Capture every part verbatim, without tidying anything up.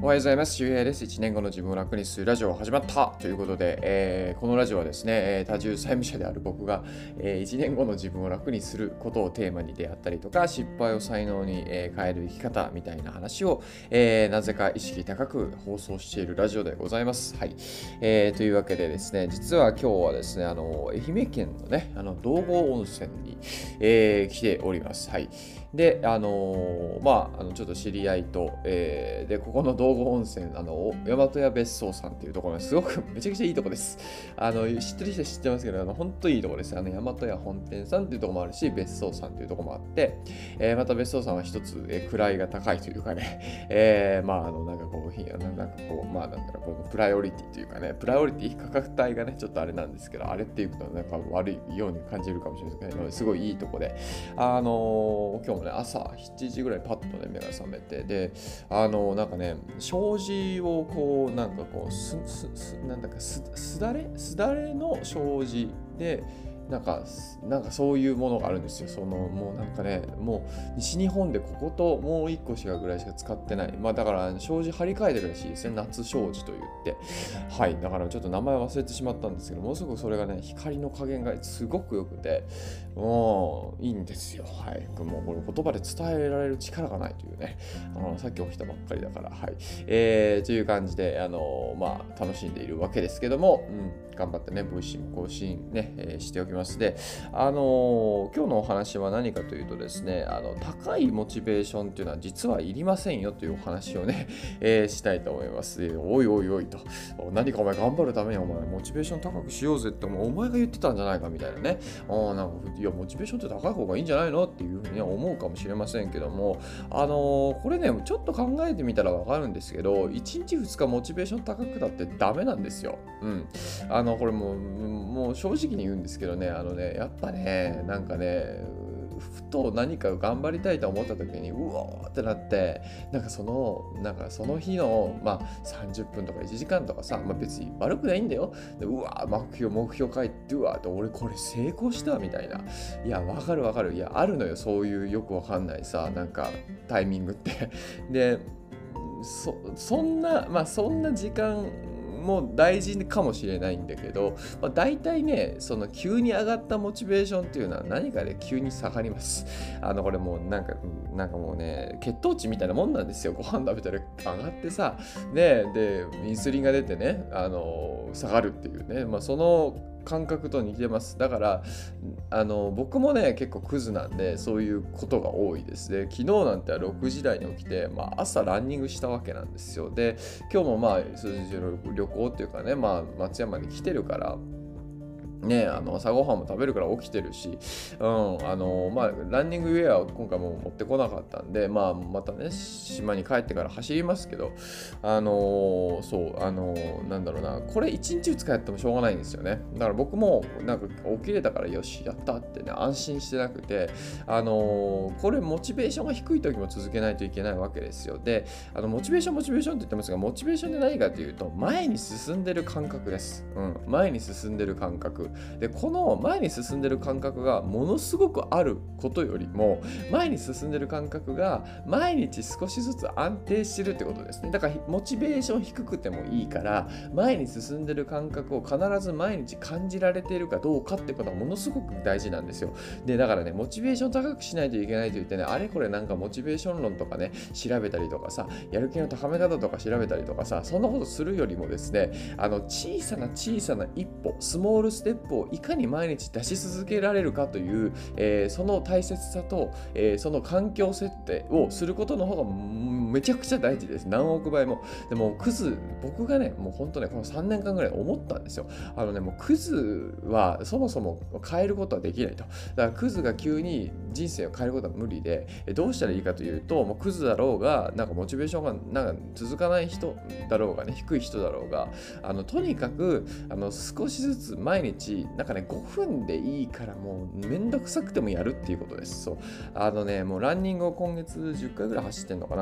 おはようございます。周平です。いちねんごの自分を楽にするラジオ始まったということで、えーこのラジオはですね、えー多重債務者である僕が、えーいちねんごの自分を楽にすることをテーマにであったりとか、失敗を才能に、えー変える生き方みたいな話を、えーなぜか意識高く放送しているラジオでございます。はい。えーというわけでですね、実は今日はですね、あの愛媛県のね、あの道後温泉に、えー来ております。はい。で、あのーまあ、あのちょっと知り合いと、えーで、ここの道後温泉、あの、大和屋別荘さんっていうところがすごくめちゃくちゃいいとこです。あの、知ってる人は知ってますけど、あの、本当いいとこです。あの、大和屋本店さんっていうところもあるし、別荘さんっていうところもあって、えーまた別荘さんは一つ、えー位が高いというかね、えーまあ、あの、なんかこう、ひなんかこう、まあ、なんだろう、このプライオリティというかね、プライオリティ価格帯がね、ちょっとあれなんですけど、あれっていうとなんか悪いように感じるかもしれないですけど、すごいいいとこで、あのー今日もね、朝しちじぐらいパッとね、目が覚めて、で、あのーなんかね、障子をこう、なんかこう、す、す、す、なんだかす、すだれすだれの障子で、なんか、なんかそういうものがあるんですよ。その、もうなんかね、もう西日本でここともう一個しかぐらいしか使ってない。まあだから障子張り替えてるらしいですね。夏障子と言って。はい。だからちょっと名前忘れてしまったんですけど、ものすごくそれがね、光の加減がすごく良くて、もういいんですよ。はい。もうこれ言葉で伝えられる力がないというね。あのさっき起きたばっかりだから、はい。えー、という感じで、あのまあ楽しんでいるわけですけども、うん、頑張ってね、ボイシーも更新ね、えーしておきます。で、あの今日のお話は何かというとですね、あの高いモチベーションっていうのは実はいりませんよというお話をね、えーしたいと思います。でおいおいおいと、何かお前頑張るためにお前モチベーション高くしようぜってお前が言ってたんじゃないかみたいなね、あなんかいやモチベーションって高い方がいいんじゃないのっていうふうに思うかもしれませんけども、あのーこれねちょっと考えてみたらわかるんですけど、いちにちふつかモチベーション高くだってダメなんですよ。うん。あのこれもうもう正直に言うんですけどね、あのねやっぱねなんかねふと何か頑張りたいと思った時にうおーってなって、なんかそのなんかその日のまあさんじゅっぷんとかいちじかんとかさ、まあ、別に悪くないんだよ。でうわー目標目標書いてうわーって俺これ成功したみたいな、いやわかるわかる、いやあるのよ、そういうよくわかんないさなんかタイミングってでそそんなまあそんな時間も大事かもしれないんだけど、まあ、大体ねその急に上がったモチベーションっていうのは何かで急に下がります。あのこれもうなんかなんかもうね血糖値みたいなもんなんですよ。ご飯食べたら上がってさ、ね、でインスリンが出てねあの下がるっていうね、まあ、その感覚と似てます。だからあの僕もね結構クズなんでそういうことが多いですね。昨日なんてろくじ台に起きて、まあ、朝ランニングしたわけなんですよ。で今日もまあ旅行っていうかね、まあ、松山に来てるからね、あの朝ごはんも食べるから起きてるし、うん、あのまあランニングウェアを今回も持ってこなかったんで、まあまたね島に帰ってから走りますけど、あのそうあのなんだろうな、これいちにちふつかやってもしょうがないんですよね。だから僕もなんか起きれたからよしやったってね安心してなくて、あのこれモチベーションが低い時も続けないといけないわけですよ。で、あのモチベーションモチベーションって言ってますが、モチベーションって何かというと前に進んでる感覚です。うん、前に進んでる感覚。でこの前に進んでる感覚がものすごくあることよりも、前に進んでる感覚が毎日少しずつ安定してるってことですね。だからモチベーション低くてもいいから、前に進んでる感覚を必ず毎日感じられているかどうかってことはものすごく大事なんですよ。でだからねモチベーション高くしないといけないと言ってね、あれこれなんかモチベーション論とかね調べたりとかさ、やる気の高め方とか調べたりとかさ、そんなことするよりもですね、あの小さな小さな一歩、スモールステップをいかに毎日出し続けられるかという、えー、その大切さと、えー、その環境設定をすることの方がめちゃくちゃ大事です。何億倍も。でもクズ、僕がねもう本当ねこのさんねんかんぐらい思ったんですよ。あのねもうクズはそもそも変えることはできないと。だからクズが急に人生を変えることは無理で、どうしたらいいかというと、もうクズだろうがなんかモチベーションがなんか続かない人だろうがね、低い人だろうが、あのとにかくあの少しずつ毎日なんかねごふんでいいからもうめんどくさくてもやるっていうことです。そうあのねもうランニングを今月じゅっかいぐらい走ってんのかな。で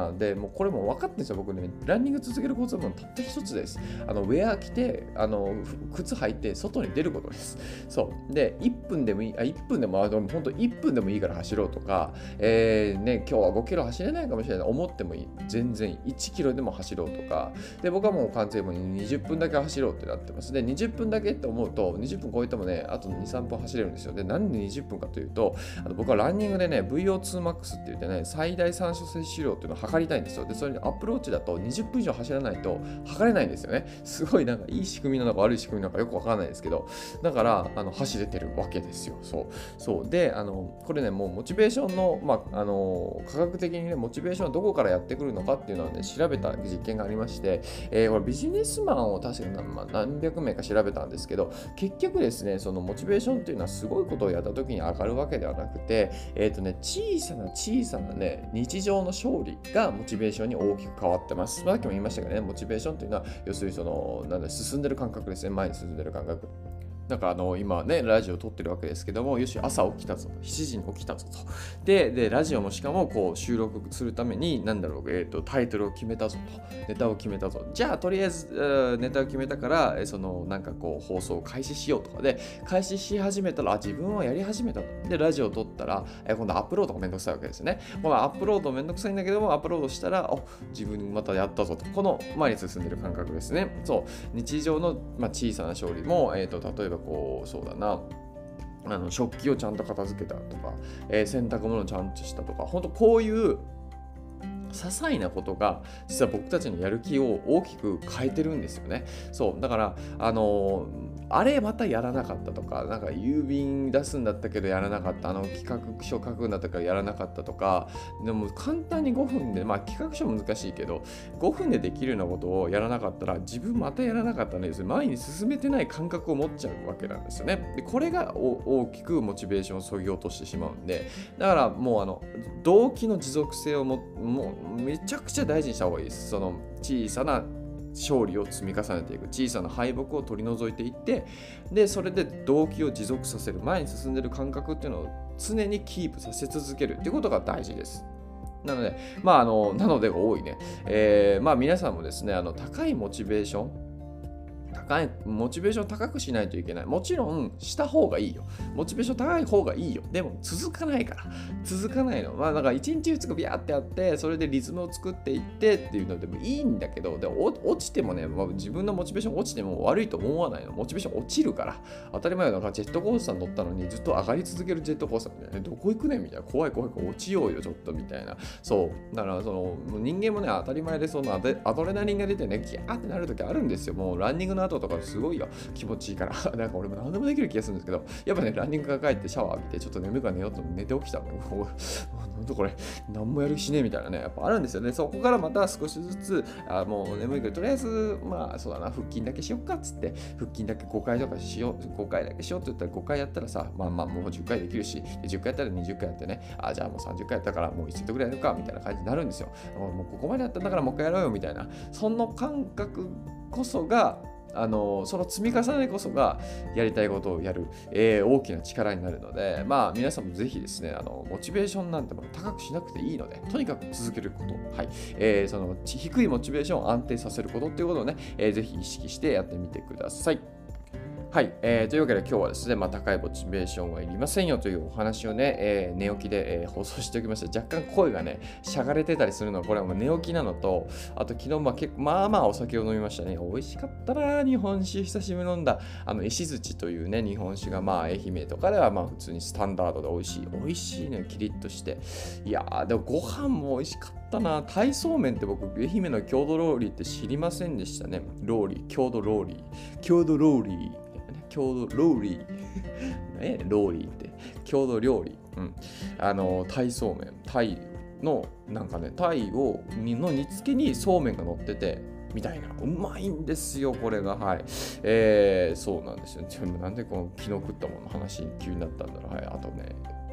もうこれも分かってるんですよ。僕ね、ランニング続けるコツはもうたった一つです。あのウェア着て、あの靴履いて外に出ることです。そうで、いっぷんでもいい、あいっぷんでも、あでも本当いっぷんでもいいから走ろうとか、えーね、今日はごキロ走れないかもしれない思ってもいい、全然いちキロでも走ろうとか、で僕はもう完全ににじゅっぷんだけ走ろうってなってます。でにじゅっぷんだけって思うとにじゅっぷん超えてもね、あとに、さんぷん走れるんですよ。でなんでにじゅっぷんかというと、あの僕はランニングでね ブイオーツーマックス って言ってね、最大酸素摂取量っていうのを測りたいんですよ。でそれにアップローチだとにじゅっぷん以上走らないと測れないんですよね。すごいなんかいい仕組みなのか悪い仕組みなのかよくわからないですけど、だからあの走れてるわけですよ。そうそうで、あのこれね、もうモチベーションの、まあ、あの科学的にね、モチベーションはどこからやってくるのかっていうのはね、調べた実験がありまして、えー、これビジネスマンを確かに何、まあ、何百名か調べたんですけど、結局ですね、そのモチベーションっていうのはすごいことをやった時に上がるわけではなくて、えーとね、小さな小さなね、日常の勝利がモチベーションに大きく変わってます。さっきも言いましたけどね、モチベーションっていうのは要するにそのなんだ進んでる感覚ですね、前に進んでる感覚。なんかあの今ねラジオを撮ってるわけですけども、よし朝起きたぞ、しちじに起きたぞと、ででラジオもしかもこう収録するために何だろう、えーとタイトルを決めたぞと、ネタを決めたぞ、じゃあとりあえず、えー、ネタを決めたからそのなんかこう放送を開始しようとかで、開始し始めたらあ自分はやり始めたと、でラジオを撮ったら、えー、今度アップロードがめんどくさいわけですね。このアップロードめんどくさいんだけども、アップロードしたらお自分またやったぞと、この前に進んでる感覚ですね。そう日常の、まあ、小さな勝利も、えーと例えばこうそうだなあの食器をちゃんと片付けたとか、えー、洗濯物をちゃんとしたとか、本当こういう些細なことが実は僕たちのやる気を大きく変えてるんですよね。そうだからあのー、あれまたやらなかったとか、なんか郵便出すんだったけどやらなかった、あの企画書書くんだったからやらなかったとか、でも簡単にごふんで、まあ企画書難しいけどごふんでできるようなことをやらなかったら、自分またやらなかったね、前に進めてない感覚を持っちゃうわけなんですよね。でこれが大きくモチベーションを削ぎ落としてしまうんで、だからもうあの動機の持続性をももうめちゃくちゃ大事にした方がいいです。その小さな勝利を積み重ねていく、小さな敗北を取り除いていって、でそれで動機を持続させる、前に進んでいる感覚っていうのを常にキープさせ続けるっていうことが大事です。なのでまああのなので多いね、えー、まあ皆さんもですね、あの高いモチベーション高いモチベーション高くしないといけない。もちろんした方がいいよ。モチベーション高い方がいいよ。でも続かないから。続かないの。まあなんか一日二日ビャーってやって、それでリズムを作っていってっていうのでもいいんだけど、で落ちてもね、まあ、自分のモチベーション落ちても悪いと思わないの。モチベーション落ちるから。当たり前だから、ジェットコースター乗ったのにずっと上がり続けるジェットコースターみたいな、どこ行くねみたいな、怖い怖い怖い、落ちようよちょっとみたいな。そう。だからその人間もね、当たり前でそのアドレナリンが出てね、ギャーってなるときあるんですよ。もうランニングの後とかすごいよ。気持ちいいからなんか俺も何でもできる気がするんですけど、やっぱねランニングから帰ってシャワー浴びてちょっと眠いから寝ようと寝て起きたのよ。なんだこれ何もやる気しねえみたいなね、やっぱあるんですよね。そこからまた少しずつあもう眠いからとりあえずまあそうだな、腹筋だけしよっかっつって腹筋だけごかいとかしよう、ごかいだけしようって言ったらごかいやったらさ、まあまあもうじゅっかいできるし、じゅっかいやったらにじゅっかいやってね、あじゃあもうさんじゅっかいやったからもういちセットぐらいやるかみたいな感じになるんですよ。もうここまでやったんだからもう一回やろうよみたいな、その感覚こそがあのその積み重ねこそがやりたいことをやる、えー、大きな力になるので、まあ皆さんもぜひですね、あのモチベーションなんてもの高くしなくていいので、とにかく続けること、はい、えー、その低いモチベーションを安定させることっていうことをね、えー、ぜひ意識してやってみてください。はい、えー、というわけで今日はですね、まあ、高いモチベーションはいりませんよというお話をね、えー、寝起きで、えー、放送しておきました。若干声がね、しゃがれてたりするのは、これはもう寝起きなのと、あと昨日、まあ、結構まあまあお酒を飲みましたね。美味しかったな、日本酒久しぶりに飲んだ、あの、石槌というね、日本酒がまあ愛媛とかではまあ普通にスタンダードで美味しい。美味しいね、キリッとして。いやー、でもご飯も美味しかった。なタイそうめんって僕愛媛の郷土ローリーって知りませんでしたね。ローリー郷土ローリー郷土ローリー郷土ローリー何やねんローリーって郷土料理、うん、あのタイそうめん、タイのなんかね、タイをの煮付けにそうめんが乗っててみたいな、うまいんですよこれが。はい、えー、そうなんですよ。でもなんでこの昨日食ったものの話に急になったんだろう。はい、あとね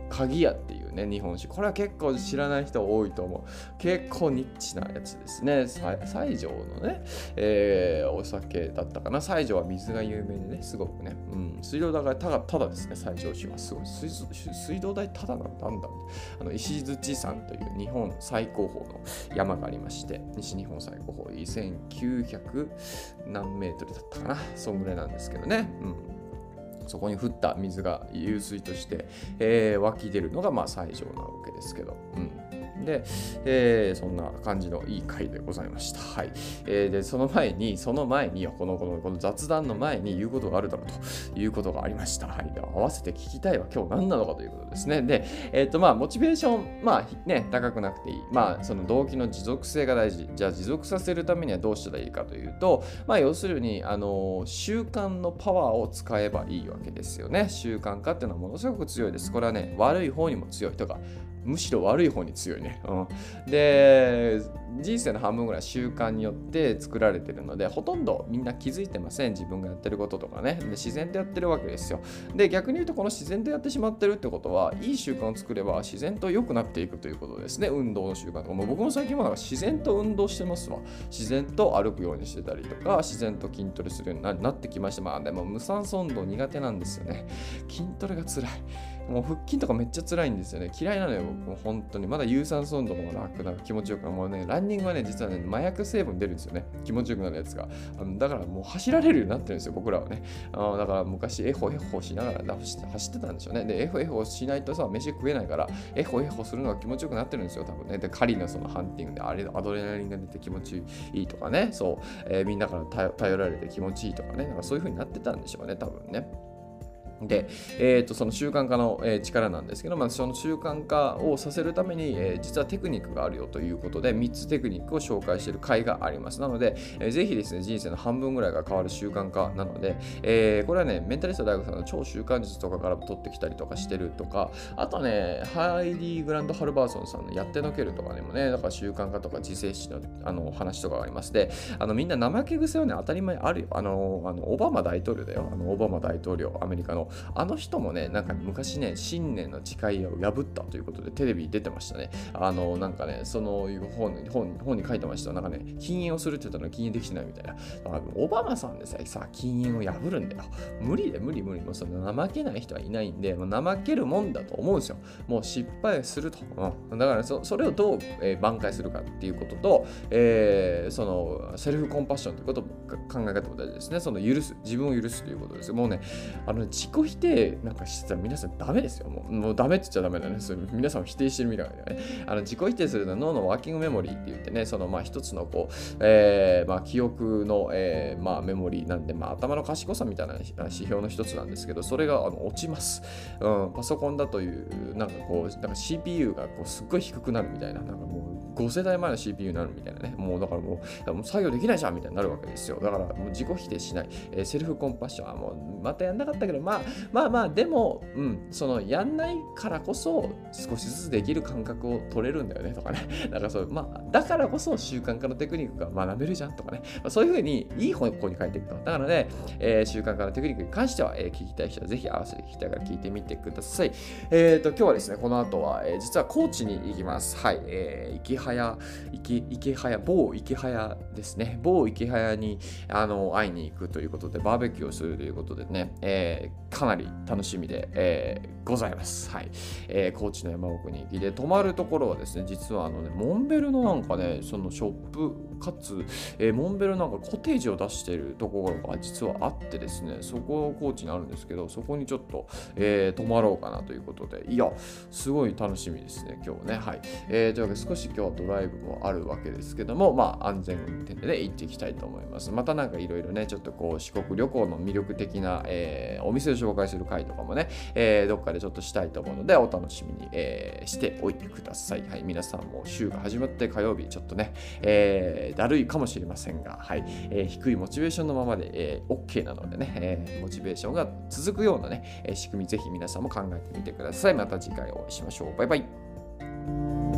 鍵屋っていうね日本酒、これは結構知らない人多いと思う。結構ニッチなやつですね。西条のね、えー、お酒だったかな。西条は水が有名でね、すごくね、うん、水道代がただただですね。西条市はすごい 水, 水道代ただなんだなんだあの石鎚山という日本最高峰の山がありまして、西日本最高峰せんきゅうひゃく何メートルだったかな、そんぐらいなんですけどね、うん、そこに降った水が湧水として、えー、湧き出るのがまあ西条なわけですけど、うん、で、えー、そんな感じのいい回でございました。はい。えー、で、その前に、その前に、この、この、この雑談の前に言うことがあるだろうということがありました。はい。で、合わせて聞きたいは今日何なのかということですね。で、えっ、ー、と、まあ、モチベーション、まあ、ね、高くなくていい。まあ、その動機の持続性が大事。じゃあ、持続させるためにはどうしたらいいかというと、まあ、要するに、あの、習慣のパワーを使えばいいわけですよね。習慣化っていうのはものすごく強いです。これはね、悪い方にも強いとか、むしろ悪い方に強いね、うん、で人生の半分ぐらい習慣によって作られているので、ほとんどみんな気づいてません。自分がやってることとかね、で自然とやってるわけですよ。で逆に言うと、この自然とやってしまってるってことは、いい習慣を作れば自然と良くなっていくということですね。運動の習慣とかも、僕も最近もなんか自然と運動してますわ。自然と歩くようにしてたりとか、自然と筋トレするようになってきました。まあでも無酸素運動苦手なんですよね。筋トレが辛い。もう腹筋とかめっちゃ辛いんですよね。嫌いなのよ、僕も本当に。まだ有酸素運動の方が楽な気持ちよくなる。もうね、ランニングはね、実はね、麻薬成分出るんですよね。気持ちよくなるやつが。あのだからもう走られるようになってるんですよ、僕らはね。あだから昔、エホエホしながら走ってたんでしょうね。で、エホエホしないとさ、飯食えないから、エホエホするのが気持ちよくなってるんですよ、多分ね。で、狩りのそのハンティングであれアドレナリンが出て気持ちいいとかね、そう、えー、みんなから頼頼られて気持ちいいとかね、なんかそういう風になってたんでしょうね、多分ね。で、えー、とその習慣化の、えー、力なんですけど、まあ、その習慣化をさせるために、えー、実はテクニックがあるよということで、みっつテクニックを紹介している回があります。なので、えー、ぜひですね、人生の半分ぐらいが変わる習慣化なので、えー、これはね、メンタリスト大学さんの超習慣術とかから取ってきたりとかしてるとか、あとね、ハイリー・グランド・ハルバーソンさんのやってのけるとかにもね、だから習慣化とか自制心のあの話とかがあります。で、あのみんな怠け癖はね、当たり前あるよ。あの、あのオバマ大統領だよ。あのオバマ大統領、アメリカの。あの人もね、なんか昔ね、信念の誓いを破ったということでテレビに出てましたね。あの、なんかね、その本本本に書いてました。なんかね、禁煙をするって言ったの禁煙できてないみたいな。あのオバマさんでさえさ、禁煙を破るんだよ。無理で無理無理。もうその怠けない人はいないんで、もう怠けるもんだと思うんですよ。もう失敗すると。うん、だから そ, それをどう、えー、挽回するかっていうことと、えー、そのセルフコンパッションということも考え方も大事ですね。その許す、自分を許すということです。もうね、あの自己否定なんかしてたら皆さんダメですよ。もう、もうダメって言っちゃダメだね。それ皆さんを否定してるみたいなね。あの自己否定するのは脳のワーキングメモリーって言ってね、そのまあ一つのこう、えー、まあ記憶の、えー、まあメモリーなんで、まあ頭の賢さみたいな指標の一つなんですけど、それがあの落ちます。うん、パソコンだという、なんかこう、なんか シーピーユー がこうすっごい低くなるみたいな、なんかもうご世代前の シーピーユー になるみたいなね。もうだからもう、もう作業できないじゃんみたいになるわけですよ。だからもう自己否定しない。えー、セルフコンパッションはもうまたやんなかったけど、まあまあまあ、でも、うん、そのやんないからこそ少しずつできる感覚を取れるんだよねとかね。だからそう、まあ、だからこそ習慣化のテクニックが学べるじゃんとかね。まあ、そういうふうにいい方向に変えていくと。だからね、えー、習慣化のテクニックに関しては、えー、聞きたい人はぜひ合わせて聞きたいから聞いてみてください。えーと、今日はですね、この後は、えー、実は高知に行きます。はい、えー、池早、池、池早、某池早ですね。某池早にあの会いに行くということで、バーベキューをするということでね、えー、かなり楽しみで、えー、ございます。はい、えー、高知の山奥に行きで、泊まるところはですね、実はあのね、モンベルのなんかね、そのショップかつ、えー、モンベルなんかコテージを出しているところが実はあってですね、そこ高知にあるんですけど、そこにちょっと、えー、泊まろうかなということで、いや、すごい楽しみですね、今日ね。はい。えー、というわけで、少し今日はドライブもあるわけですけども、まあ、安全運転で、ね、行っていきたいと思います。またなんかいろいろね、ちょっとこう、四国旅行の魅力的な、えー、お店を紹介する回とかもね、えー、どっかでちょっとしたいと思うので、お楽しみに、えー、しておいてください。はい。皆さんも週が始まって火曜日、ちょっとね、えー、だるいかもしれませんが、はい。えー、低いモチベーションのままで、えー、OK なのでね、えー、モチベーションが続くようなね、えー、仕組み、ぜひ皆さんも考えてみてください。また次回お会いしましょう。バイバイ。